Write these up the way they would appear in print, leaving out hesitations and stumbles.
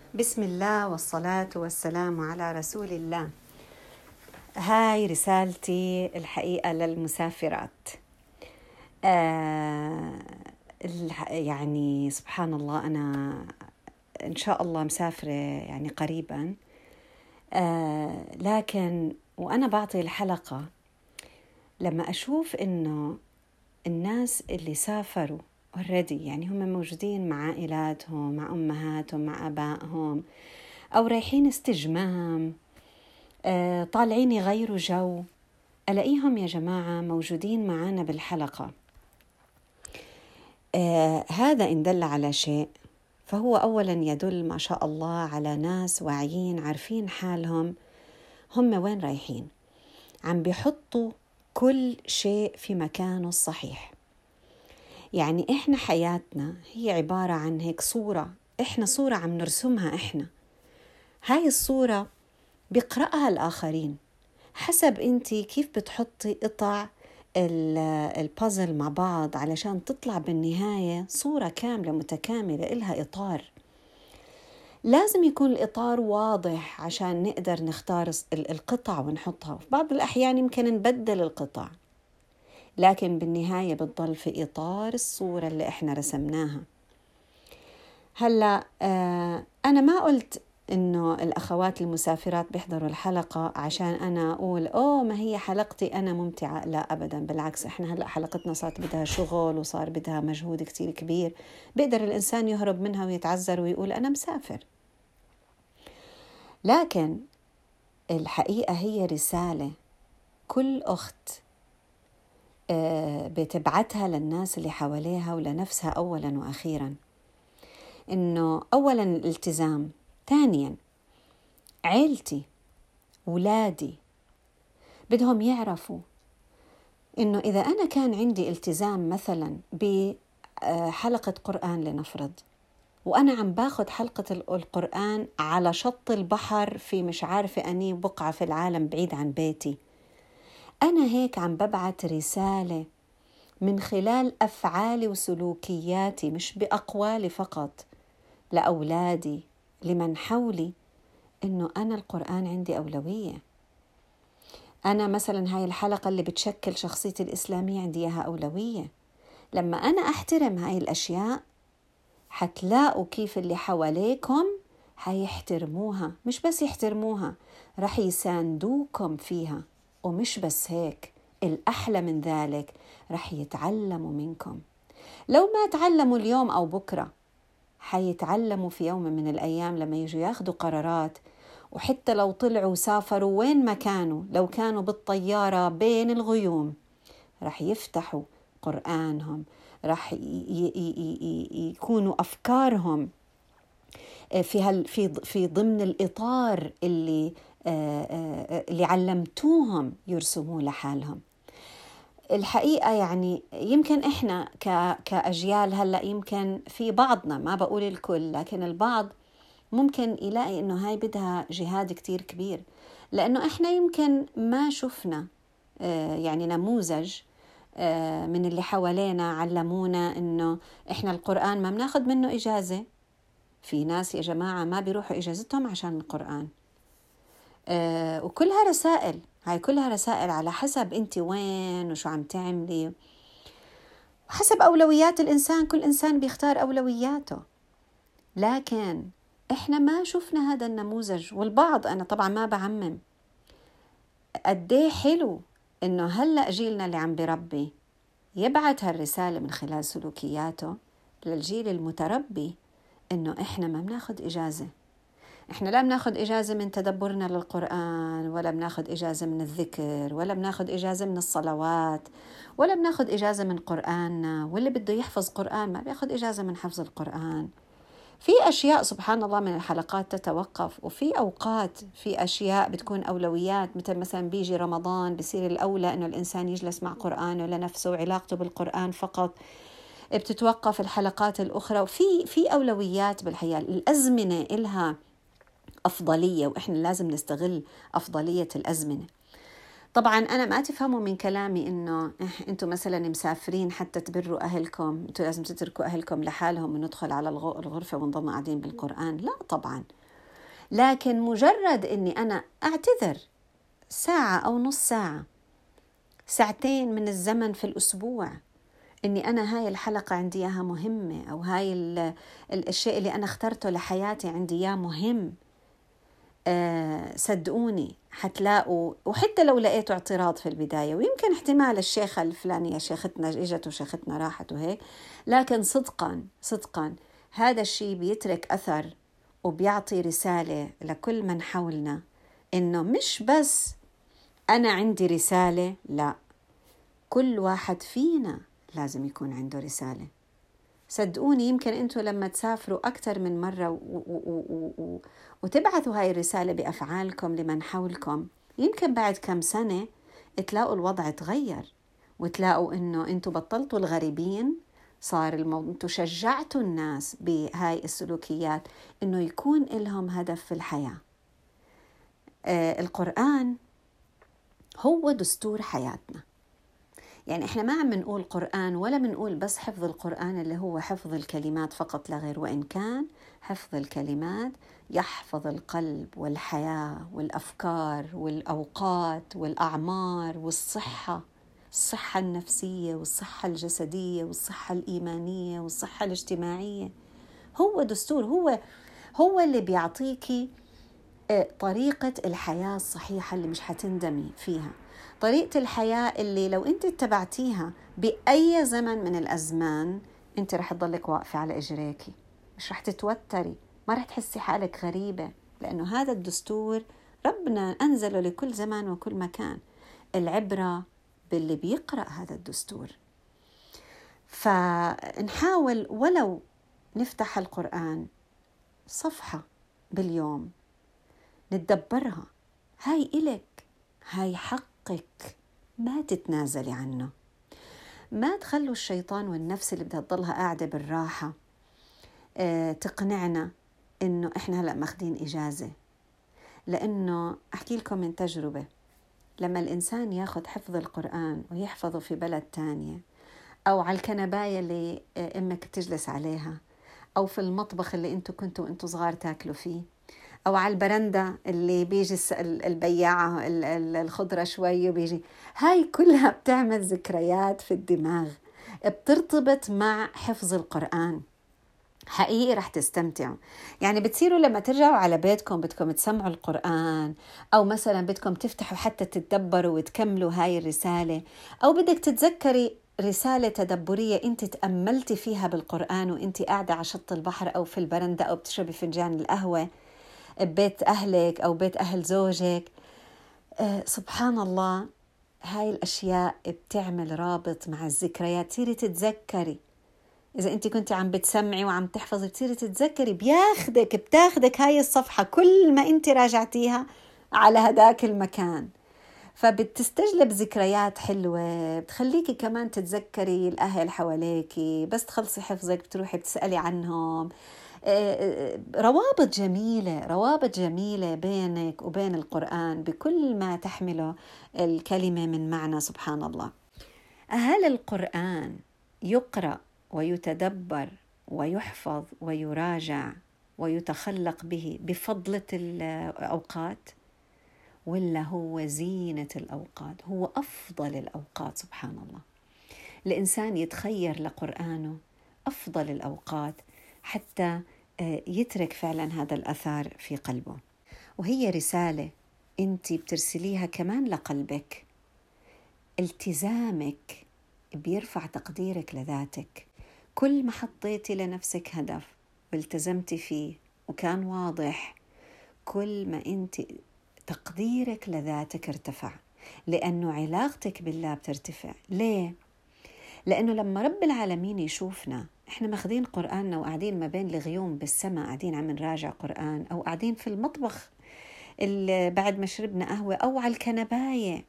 بسم الله والصلاة والسلام على رسول الله. هاي رسالتي الحقيقة للمسافرات. يعني سبحان الله أنا إن شاء الله مسافرة يعني قريبا. لكن وأنا بعطي الحلقة لما أشوف إنه الناس اللي سافروا already يعني هم موجودين مع عائلاتهم، مع أمهاتهم، مع آبائهم، أو رايحين استجمام، طالعين يغيروا جو، ألاقيهم يا جماعة موجودين معنا بالحلقة. هذا إن دل على شيء فهو أولا يدل ما شاء الله على ناس واعيين عارفين حالهم، هم وين رايحين، عم بيحطوا كل شيء في مكانه الصحيح. يعني إحنا حياتنا هي عبارة عن هيك صورة، إحنا صورة عم نرسمها إحنا. هاي الصورة بيقرأها الآخرين حسب أنتي كيف بتحطي قطع البازل مع بعض علشان تطلع بالنهاية صورة كاملة متكاملة إلها إطار. لازم يكون الإطار واضح عشان نقدر نختار القطع ونحطها. في بعض الأحيان يمكن نبدل القطع، لكن بالنهاية بتضل في إطار الصورة اللي إحنا رسمناها. هلأ أنا ما قلت إنه الأخوات المسافرات بيحضروا الحلقة عشان أنا أقول ما هي حلقتي أنا ممتعة، لا أبدا، بالعكس. إحنا هلأ حلقتنا صارت بدها شغل وصار بدها مجهود كتير كبير، بيقدر الإنسان يهرب منها ويتعذر ويقول أنا مسافر. لكن الحقيقة هي رسالة كل أخت بتبعتها للناس اللي حواليها ولنفسها أولا وأخيرا، إنه أولا الالتزام، ثانيا عيلتي ولادي بدهم يعرفوا إنه إذا أنا كان عندي التزام مثلا بحلقة قرآن لنفرض، وأنا عم باخد حلقة القرآن على شط البحر في مش عارفة أني بقعة في العالم بعيد عن بيتي، أنا هيك عم ببعت رسالة من خلال أفعالي وسلوكياتي، مش بأقوالي فقط، لأولادي، لمن حولي، إنه أنا القرآن عندي أولوية. أنا مثلا هاي الحلقة اللي بتشكل شخصيتي الإسلامية عندي إياها أولوية. لما أنا أحترم هاي الأشياء حتلاقوا كيف اللي حواليكم حيحترموها، مش بس يحترموها، رح يساندوكم فيها. ومش بس هيك، الأحلى من ذلك رح يتعلموا منكم. لو ما تعلموا اليوم أو بكرة حيتعلموا في يوم من الأيام لما يجوا ياخدوا قرارات. وحتى لو طلعوا سافروا وين ما كانوا، لو كانوا بالطيارة بين الغيوم، رح يفتحوا قرآنهم، رح يكونوا أفكارهم في ضمن الإطار اللي علمتوهم يرسموه لحالهم. الحقيقة يعني يمكن إحنا كأجيال هلأ، يمكن في بعضنا، ما بقول الكل، لكن البعض ممكن يلاقي إنه هاي بدها جهاد كتير كبير، لأنه إحنا يمكن ما شفنا يعني نموذج من اللي حوالينا علمونا إنه إحنا القرآن ما بناخد منه إجازة. في ناس يا جماعة ما بيروحوا إجازتهم عشان القرآن. وكلها رسائل، هاي كلها رسائل على حسب أنت وين وشو عم تعملي، وحسب أولويات الإنسان. كل إنسان بيختار أولوياته، لكن إحنا ما شفنا هذا النموذج. والبعض، أنا طبعا ما بعمم، قديه حلو إنه هلأ جيلنا اللي عم بربي يبعث هالرسالة من خلال سلوكياته للجيل المتربي، إنه إحنا ما بناخد إجازة. إحنا لا بناخد إجازة من تدبرنا للقرآن، ولا بناخد إجازة من الذكر، ولا بناخد إجازة من الصلوات، ولا بناخد إجازة من قرآننا. واللي بده يحفظ قرآن ما بياخد إجازة من حفظ القرآن. في أشياء سبحان الله من الحلقات تتوقف، وفي أوقات في أشياء بتكون أولويات، مثلا بيجي رمضان بصير الأولى إنه الإنسان يجلس مع قرآنه لنفسه وعلاقته بالقرآن فقط، بتتوقف الحلقات الأخرى. وفي أولويات بالحياة، الأزمنة إلها أفضلية، وإحنا لازم نستغل أفضلية الأزمنة. طبعا أنا ما تفهموا من كلامي إنه أنتوا مثلا مسافرين حتى تبروا أهلكم، أنتوا لازم تتركوا أهلكم لحالهم وندخل على الغرفة ونضل قاعدين بالقرآن. لا طبعا، لكن مجرد أني أنا أعتذر ساعة أو نص ساعة، ساعتين من الزمن في الأسبوع، أني أنا هاي الحلقة عندي إياها مهمة، أو هاي الشيء اللي أنا اخترته لحياتي عندي إياه مهم، صدقوني حتلاقوا. وحتى لو لقيتوا اعتراض في البداية، ويمكن احتمال الشيخة الفلانية شيختنا اجت وشيختنا راحت وهيك، لكن صدقا هذا الشيء بيترك أثر وبيعطي رسالة لكل من حولنا، إنه مش بس أنا عندي رسالة، لا، كل واحد فينا لازم يكون عنده رسالة. صدقوني يمكن أنتوا لما تسافروا أكثر من مرة وتبعثوا هاي الرسالة بأفعالكم لمن حولكم، يمكن بعد كم سنة تلاقوا الوضع تغير، وتلاقوا إنه أنتوا بطلتوا الغريبين، صار أنتوا شجعتوا الناس بهاي السلوكيات إنه يكون لهم هدف في الحياة. القرآن هو دستور حياتنا. يعني إحنا ما عم نقول قرآن ولا بنقول بس حفظ القرآن اللي هو حفظ الكلمات فقط لا غير، وإن كان حفظ الكلمات يحفظ القلب والحياة والأفكار والأوقات والأعمار والصحة، الصحة النفسية والصحة الجسدية والصحة الإيمانية والصحة الاجتماعية. هو دستور، هو اللي بيعطيكي طريقة الحياة الصحيحة اللي مش حتندمي فيها، طريقة الحياة اللي لو أنت اتبعتيها بأي زمن من الأزمان أنت رح تضلك واقفة على إجريكي، مش رح تتوتري، ما رح تحسي حالك غريبة، لأنه هذا الدستور ربنا أنزله لكل زمان وكل مكان. العبرة باللي بيقرأ هذا الدستور. فنحاول ولو نفتح القرآن صفحة باليوم نتدبرها، هاي إلك، هاي حقك، ما تتنازلي عنه. ما تخلوا الشيطان والنفس اللي بدها تضلها قاعدة بالراحة تقنعنا إنه إحنا هلأ ماخدين إجازة. لأنه أحكي لكم من تجربة، لما الإنسان ياخد حفظ القرآن ويحفظه في بلد تانية، أو على الكنباية اللي أمك بتجلس عليها، أو في المطبخ اللي أنتوا كنتوا أنتوا صغار تاكلوا فيه، أو على البرندة اللي بيجي البياعة الخضرة شوي وبيجي، هاي كلها بتعمل ذكريات في الدماغ، بترتبط مع حفظ القرآن. حقيقي رح تستمتعوا. يعني بتصيروا لما ترجعوا على بيتكم بدكم تسمعوا القرآن، أو مثلا بدكم تفتحوا حتى تتدبروا وتكملوا هاي الرسالة، أو بدك تتذكري رسالة تدبرية أنت تأملتي فيها بالقرآن وأنت قاعدة على شط البحر أو في البرندة أو بتشربي فنجان القهوة ببيت أهلك أو بيت أهل زوجك. سبحان الله، هاي الأشياء بتعمل رابط مع الذكريات، تصيري تتذكري. إذا أنت كنت عم بتسمعي وعم تحفظي تصيري تتذكري، بتاخدك هاي الصفحة كل ما أنت راجعتيها على هداك المكان، فبتستجلب ذكريات حلوة، بتخليكي كمان تتذكري الأهل حواليكي، بس تخلصي حفظك بتروحي بتسألي عنهم. روابط جميلة بينك وبين القرآن بكل ما تحمله الكلمة من معنى. سبحان الله. هل القرآن يقرأ ويتدبر ويحفظ ويراجع ويتخلق به بفضلة الأوقات، ولا هو زينة الأوقات؟ هو أفضل الأوقات. سبحان الله، الإنسان يتخير لقرآنه أفضل الأوقات حتى يترك فعلا هذا الأثار في قلبه. وهي رسالة أنت بترسليها كمان لقلبك. التزامك بيرفع تقديرك لذاتك. كل ما حطيتي لنفسك هدف والتزمتي فيه وكان واضح، كل ما أنت تقديرك لذاتك ارتفع، لأنه علاقتك بالله بترتفع. ليه؟ لأنه لما رب العالمين يشوفنا إحنا ماخذين قرآننا وقاعدين ما بين الغيوم بالسماء قاعدين عم نراجع قرآن، أو قاعدين في المطبخ بعد ما شربنا قهوة، أو على الكنباية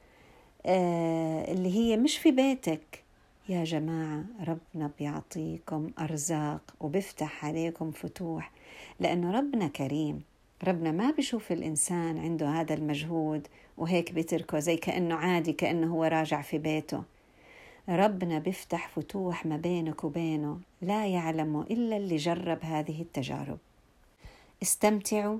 اللي هي مش في بيتك، يا جماعة ربنا بيعطيكم أرزاق وبيفتح عليكم فتوح، لأنه ربنا كريم. ربنا ما بيشوف الإنسان عنده هذا المجهود وهيك بيتركه زي كأنه عادي، كأنه هو راجع في بيته. ربنا بيفتح فتوح ما بينك وبينه لا يعلمه إلا اللي جرب هذه التجارب. استمتعوا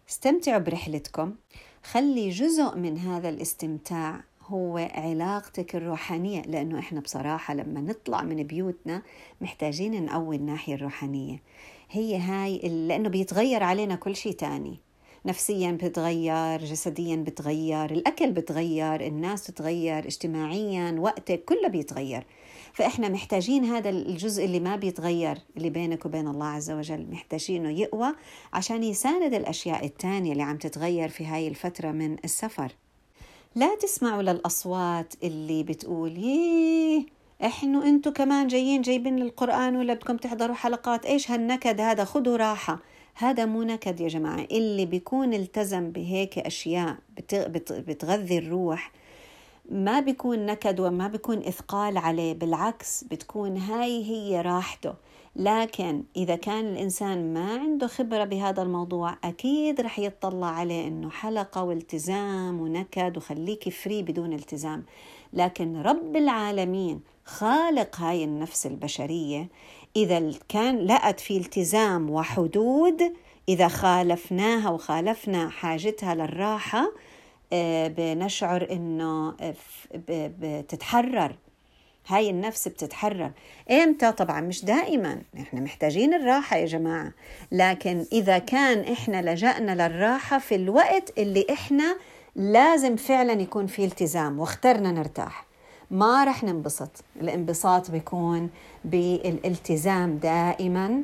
استمتعوا برحلتكم. خلي جزء من هذا الاستمتاع هو علاقتك الروحانية، لأنه إحنا بصراحة لما نطلع من بيوتنا محتاجين نقوي الناحية الروحانية. هي هاي لأنه بيتغير علينا كل شيء تاني، نفسيا بتغير، جسديا بتغير، الأكل بتغير، الناس بتغير، اجتماعيا وقتك كله بيتغير. فإحنا محتاجين هذا الجزء اللي ما بيتغير اللي بينك وبين الله عز وجل، محتاجينه يقوى عشان يساند الأشياء التانية اللي عم تتغير في هاي الفترة من السفر. لا تسمعوا للأصوات اللي بتقول انتوا كمان جايبين القرآن ولا بدكم تحضروا حلقات، ايش هالنكد هذا، خدوا راحة. هذا مو نكد يا جماعة. اللي بيكون التزم بهيك أشياء بتغذي الروح ما بيكون نكد وما بيكون إثقال عليه، بالعكس بتكون هاي هي راحته. لكن إذا كان الإنسان ما عنده خبرة بهذا الموضوع أكيد رح يتطلع عليه إنه حلقة والتزام ونكد وخليك فري بدون التزام. لكن رب العالمين خالق هاي النفس البشرية، إذا كان لقت في التزام وحدود، إذا خالفناها وخالفنا حاجتها للراحة بنشعر إنه بتتحرر. هاي النفس بتتحرر. إمتى؟ طبعا مش دائما، إحنا محتاجين الراحة يا جماعة، لكن إذا كان إحنا لجأنا للراحة في الوقت اللي إحنا لازم فعلا يكون فيه التزام واخترنا نرتاح، ما رح ننبسط. الانبساط بيكون بالالتزام دائما.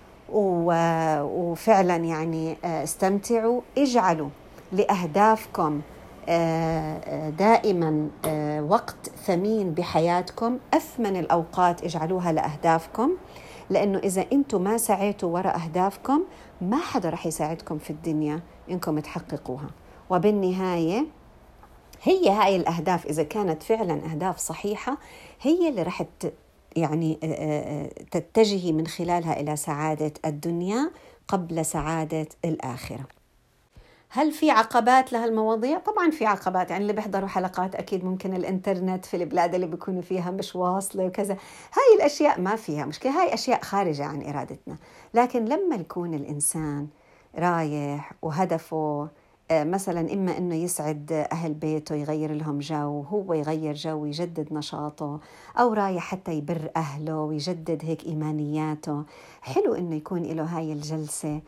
وفعلا يعني استمتعوا، اجعلوا لأهدافكم دائما وقت ثمين بحياتكم، أثمن الأوقات اجعلوها لأهدافكم، لأنه إذا أنتم ما سعيتوا وراء أهدافكم ما حدا رح يساعدكم في الدنيا إنكم تحققوها. وبالنهاية هي هاي الأهداف إذا كانت فعلا أهداف صحيحة هي اللي رح يعني تتجهي من خلالها إلى سعادة الدنيا قبل سعادة الآخرة. هل في عقبات لهالمواضيع؟ طبعا في عقبات، يعني اللي بيحضروا حلقات أكيد ممكن الإنترنت في البلاد اللي بيكونوا فيها مش واصلة وكذا، هاي الأشياء ما فيها مشكلة، هاي أشياء خارجة عن إرادتنا. لكن لما يكون الإنسان رايح وهدفه مثلا إما إنه يسعد أهل بيته، يغير لهم جو، هو يغير جو ويجدد نشاطه، أو رايح حتى يبر أهله ويجدد هيك إيمانياته، حلو إنه يكون له هاي الجلسة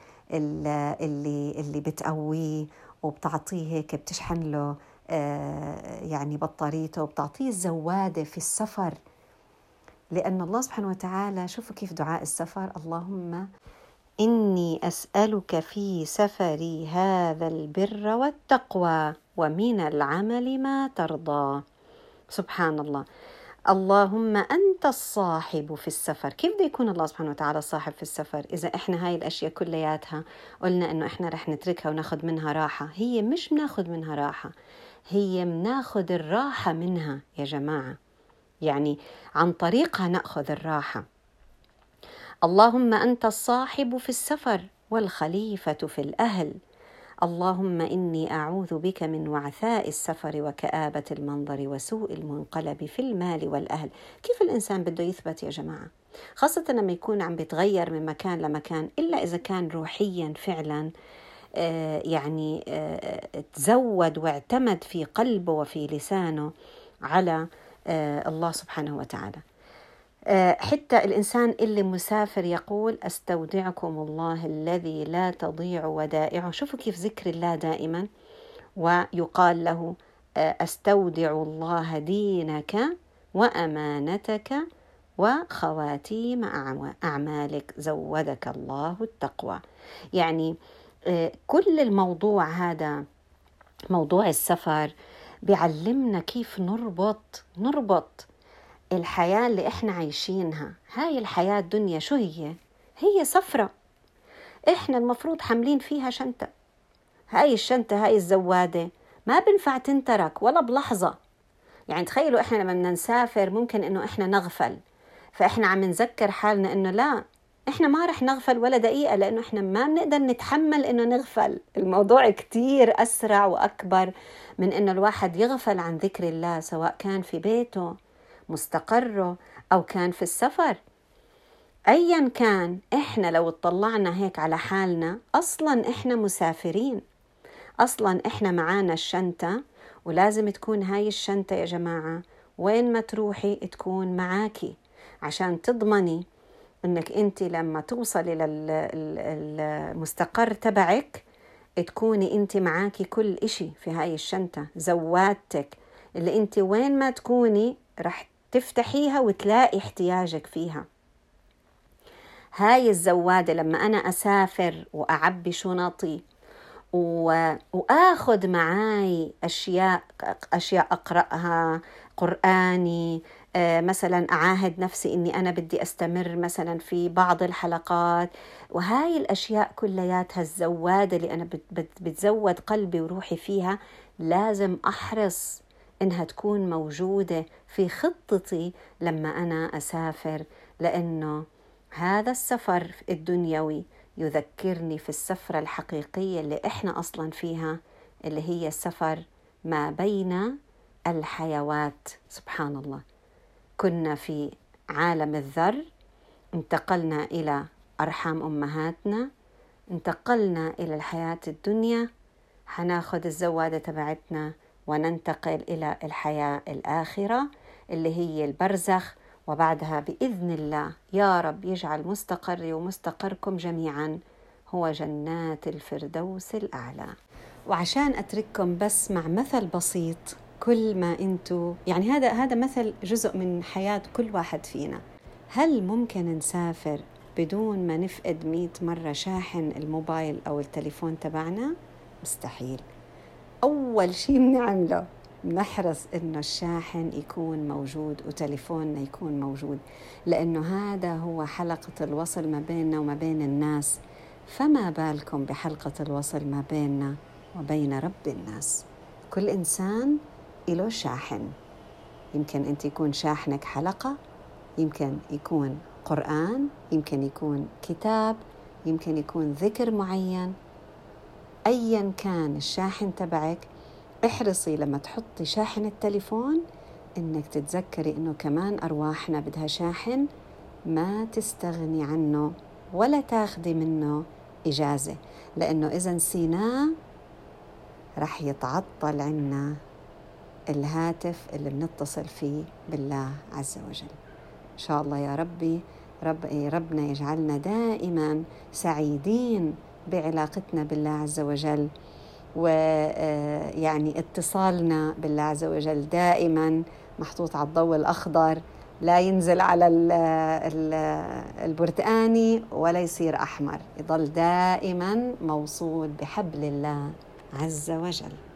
اللي بتقويه وبتعطيه هيك، بتشحن له يعني بطاريته وبتعطيه الزوادة في السفر. لأن الله سبحانه وتعالى، شوفوا كيف دعاء السفر: اللهم إني أسألك في سفري هذا البر والتقوى ومن العمل ما ترضى. سبحان الله. اللهم أنت الصاحب في السفر. كيف بده يكون الله سبحانه وتعالى صاحب في السفر إذا إحنا هاي الأشياء كلياتها قلنا إنه إحنا رح نتركها وناخد منها راحة؟ هي مش بناخد منها راحة، هي بناخد الراحة منها يا جماعة، يعني عن طريقها نأخذ الراحة. اللهم أنت الصاحب في السفر والخليفة في الأهل. اللهم إني أعوذ بك من وعثاء السفر وكآبة المنظر وسوء المنقلب في المال والأهل. كيف الإنسان بده يثبت يا جماعة؟ خاصة لما يكون عم بيتغير من مكان لمكان، إلا إذا كان روحيا فعلا يعني تزود واعتمد في قلبه وفي لسانه على الله سبحانه وتعالى. حتى الإنسان اللي مسافر يقول: أستودعكم الله الذي لا تضيع ودائعه. شوفوا كيف ذكر الله دائما، ويقال له: أستودع الله دينك وأمانتك وخواتيم أعمالك زودك الله التقوى. يعني كل الموضوع هذا، موضوع السفر، بيعلمنا كيف نربط الحياة اللي احنا عايشينها. هاي الحياة الدنيا شو هي سفرة، احنا المفروض حاملين فيها شنطة. هاي الشنطة، هاي الزوادة ما بنفع تنترك ولا بلحظة. يعني تخيلوا احنا لما بدنا نسافر ممكن انه احنا نغفل، فاحنا عم نذكر حالنا انه لا، احنا ما رح نغفل ولا دقيقة، لانه احنا ما بنقدر نتحمل انه نغفل. الموضوع كتير اسرع واكبر من انه الواحد يغفل عن ذكر الله، سواء كان في بيته مستقره أو كان في السفر. أيا كان، إحنا لو اطلعنا هيك على حالنا أصلا إحنا مسافرين، أصلا إحنا معانا الشنطة، ولازم تكون هاي الشنطة يا جماعة وين ما تروحي تكون معاكي، عشان تضمني إنك أنت لما توصلي للمستقر تبعك تكوني أنت معاكي كل إشي في هاي الشنطة، زوادتك اللي أنت وين ما تكوني رح تفتحيها وتلاقي احتياجك فيها. هاي الزوادة لما أنا أسافر وأعبي شنطي وآخذ معاي أشياء أقرأها، قرآني، مثلا أعاهد نفسي إني أنا بدي أستمر مثلا في بعض الحلقات، وهاي الأشياء كلياتها الزوادة اللي أنا بتزود قلبي وروحي فيها، لازم أحرص إنها تكون موجودة في خطتي لما أنا أسافر، لأنه هذا السفر الدنيوي يذكرني في السفرة الحقيقية اللي إحنا أصلا فيها، اللي هي السفر ما بين الحيوات. سبحان الله، كنا في عالم الذر، انتقلنا إلى أرحام أمهاتنا، انتقلنا إلى الحياة الدنيا، حناخد الزوادة تبعتنا وننتقل إلى الحياة الآخرة اللي هي البرزخ، وبعدها بإذن الله يا رب يجعل مستقري ومستقركم جميعا هو جنات الفردوس الأعلى. وعشان أترككم بس مع مثل بسيط، كل ما أنتوا يعني هذا مثل جزء من حياة كل واحد فينا. هل ممكن نسافر بدون ما نفقد 100 مرة شاحن الموبايل أو التليفون تبعنا؟ مستحيل. أول شيء بنعمله نحرص إنه الشاحن يكون موجود وتليفوننا يكون موجود، لأنه هذا هو حلقة الوصل ما بيننا وما بين الناس، فما بالكم بحلقة الوصل ما بيننا وبين رب الناس. كل إنسان له شاحن، يمكن أنت يكون شاحنك حلقة، يمكن يكون قرآن، يمكن يكون كتاب، يمكن يكون ذكر معين. أيا كان الشاحن تبعك، احرصي لما تحطي شاحن التليفون إنك تتذكري إنه كمان أرواحنا بدها شاحن، ما تستغني عنه ولا تاخدي منه إجازة، لأنه إذا نسيناه رح يتعطل عنا الهاتف اللي بنتصل فيه بالله عز وجل. إن شاء الله يا ربنا يجعلنا دائما سعيدين بعلاقتنا بالله عز وجل، ويعني اتصالنا بالله عز وجل دائما محطوط على الضوء الأخضر، لا ينزل على البرتقاني ولا يصير أحمر، يضل دائما موصول بحبل الله عز وجل.